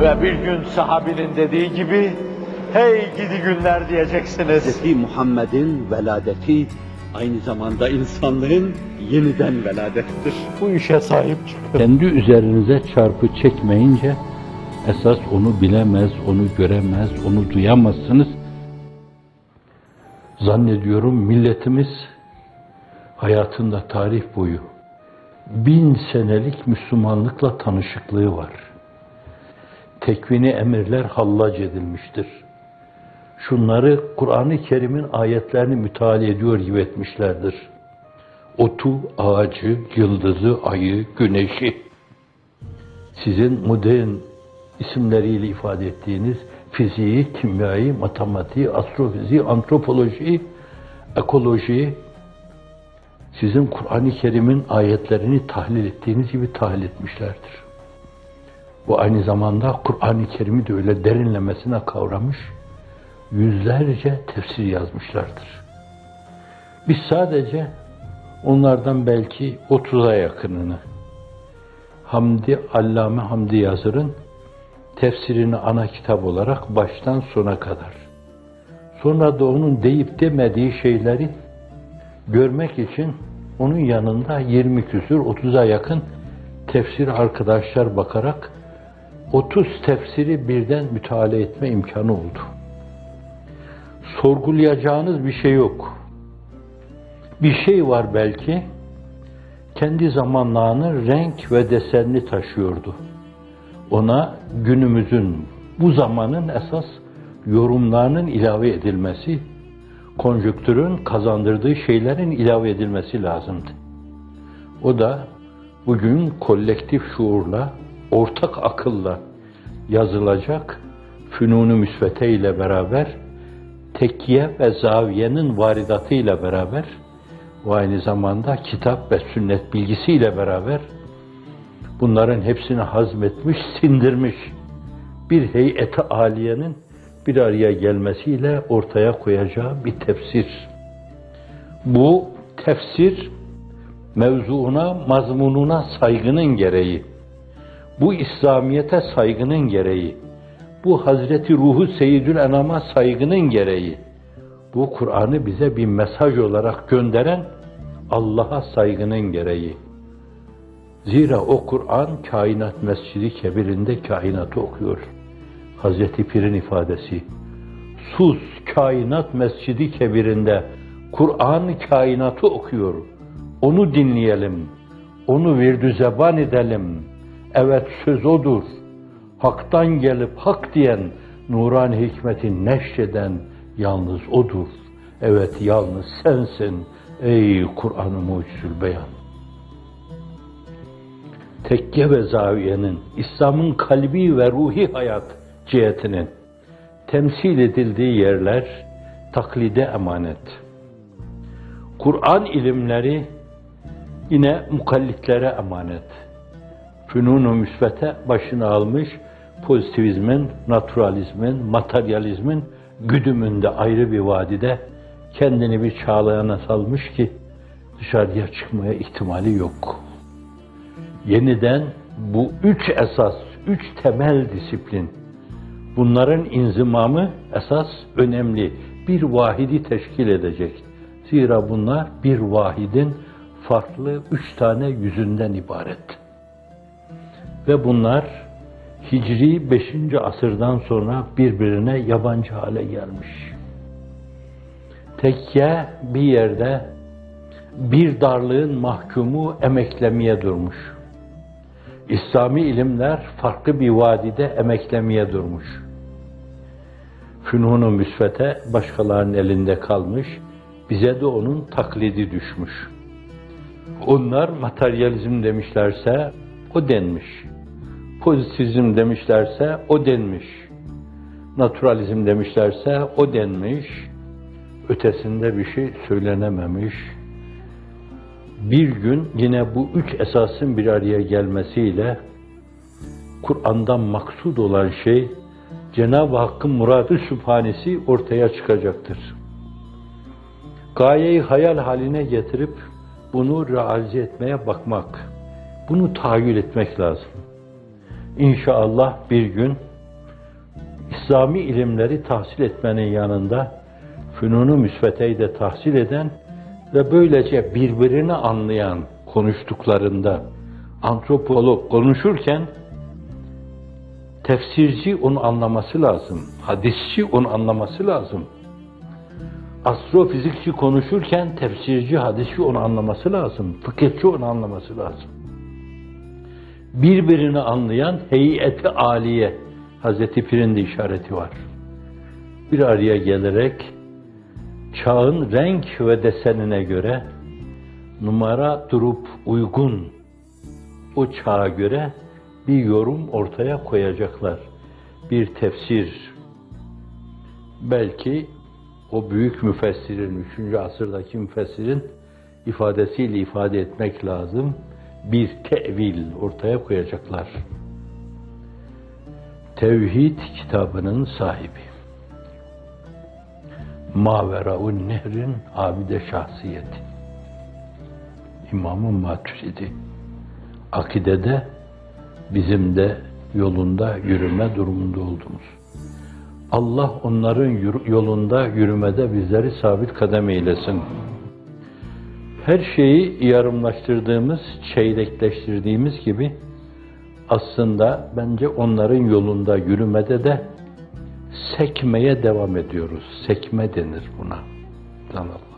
Ve bir gün sahabinin dediği gibi, hey gidi günler diyeceksiniz. Hz. Muhammed'in veladeti aynı zamanda insanlığın yeniden veladettir. Bu işe sahip çıkın. Kendi üzerinize çarpı çekmeyince, esas onu bilemez, onu göremez, onu duyamazsınız. Zannediyorum milletimiz hayatında tarih boyu 1000 senelik Müslümanlıkla tanışıklığı var. Tekvini emirler hallac edilmiştir. Şunları Kur'an-ı Kerim'in ayetlerini müteala ediyor gibi etmişlerdir. Otu, ağacı, yıldızı, ayı, güneşi, sizin modern isimleriyle ifade ettiğiniz fiziği, kimyayı, matematiği, astrofiziği, antropolojiyi, ekolojiyi, sizin Kur'an-ı Kerim'in ayetlerini tahlil ettiğiniz gibi tahlil etmişlerdir. Bu aynı zamanda Kur'an-ı Kerim'i de öyle derinlemesine kavramış, yüzlerce tefsir yazmışlardır. Biz sadece onlardan belki 30'a yakınını, Allame Hamdi Yazır'ın tefsirini ana kitap olarak baştan sona kadar, sonra da onun deyip demediği şeyleri görmek için onun yanında 20 küsur, 30'a yakın tefsir arkadaşlar bakarak 30 tefsiri birden müteala etme imkanı oldu. Sorgulayacağınız bir şey yok. Bir şey var belki, kendi zamanlarının renk ve desenini taşıyordu. Ona günümüzün, bu zamanın esas yorumlarının ilave edilmesi, konjüktürün kazandırdığı şeylerin ilave edilmesi lazımdı. O da bugün kolektif şuurla, ortak akılla yazılacak fünun-u müsvete ile beraber, tekkiye ve zaviyenin varidatıyla beraber ve aynı zamanda kitap ve sünnet bilgisiyle beraber bunların hepsini hazmetmiş, sindirmiş bir heyet-i âliyenin bir araya gelmesiyle ortaya koyacağı bir tefsir. Bu tefsir mevzuuna, mazmununa saygının gereği, bu İslamiyete saygının gereği, bu Hazreti Ruhu Seyyidül Enam'a saygının gereği, bu Kur'an'ı bize bir mesaj olarak gönderen Allah'a saygının gereği. Zira o Kur'an kainat mescidi kebirinde kainatı okuyor. Hazreti Pir'in ifadesi. Sus kainat mescidi kebirinde Kur'an kainatı okuyor. Onu dinleyelim. Onu virdü zeban edelim. Evet söz odur. Hak'tan gelip hak diyen, nurani hikmeti neşreden yalnız odur. Evet yalnız sensin ey Kur'an-ı Mucizül Beyan. Tekke ve zaviyenin, İslam'ın kalbi ve ruhi hayat cihetinin temsil edildiği yerler taklide emanet. Kur'an ilimleri yine mukallitlere emanet. Fünun-u müsvete başını almış, pozitivizmin, naturalizmin, materyalizmin güdümünde ayrı bir vadide kendini bir çağlayana salmış ki dışarıya çıkmaya ihtimali yok. Yeniden bu üç esas, üç temel disiplin, bunların inzimamı esas önemli. Bir vahidi teşkil edecek. Zira bunlar bir vahidin farklı 3 tane yüzünden ibaret. Ve bunlar Hicri 5. asırdan sonra birbirine yabancı hale gelmiş. Tekke bir yerde bir darlığın mahkumu emeklemeye durmuş. İslami ilimler farklı bir vadide emeklemeye durmuş. Fünun-u müsvete başkalarının elinde kalmış, bize de onun taklidi düşmüş. Onlar materyalizm demişlerse o denmiş. Pozitivizm demişlerse o denmiş. Naturalizm demişlerse o denmiş. Ötesinde bir şey söylenememiş. Bir gün yine bu üç esasın bir araya gelmesiyle Kur'an'dan maksud olan şey Cenab-ı Hakk'ın muradı sübhanesi ortaya çıkacaktır. Gayeyi hayal haline getirip bunu realize etmeye bakmak, bunu tahayyül etmek lazım. İnşallah bir gün İslami ilimleri tahsil etmenin yanında fünunu müsbeteyi de tahsil eden ve böylece birbirini anlayan konuştuklarında antropolog konuşurken tefsirci onu anlaması lazım, hadisçi onu anlaması lazım. Astrofizikçi konuşurken tefsirci, hadisçi onu anlaması lazım, fıkıhçı onu anlaması lazım. Birbirini anlayan heyeti âliye, Hazreti Pir'in de işareti var. Bir araya gelerek çağın renk ve desenine göre numara durup uygun o çağa göre bir yorum ortaya koyacaklar. Bir tefsir. Belki o büyük müfessirin, 3. asırdaki müfessirin ifadesiyle ifade etmek lazım. Bir tevil ortaya koyacaklar. Tevhid kitabının sahibi. Maveraun Nehrin abide şahsiyeti. İmam-ı Maturidi. Akidede bizim de yolunda yürüme durumunda olduğumuz. Allah onların yolunda yürümede bizleri sabit kadem eylesin. Her şeyi yarımlaştırdığımız, çeyrekleştirdiğimiz gibi aslında bence onların yolunda yürümede de sekmeye devam ediyoruz. Sekme denir buna. Tamam.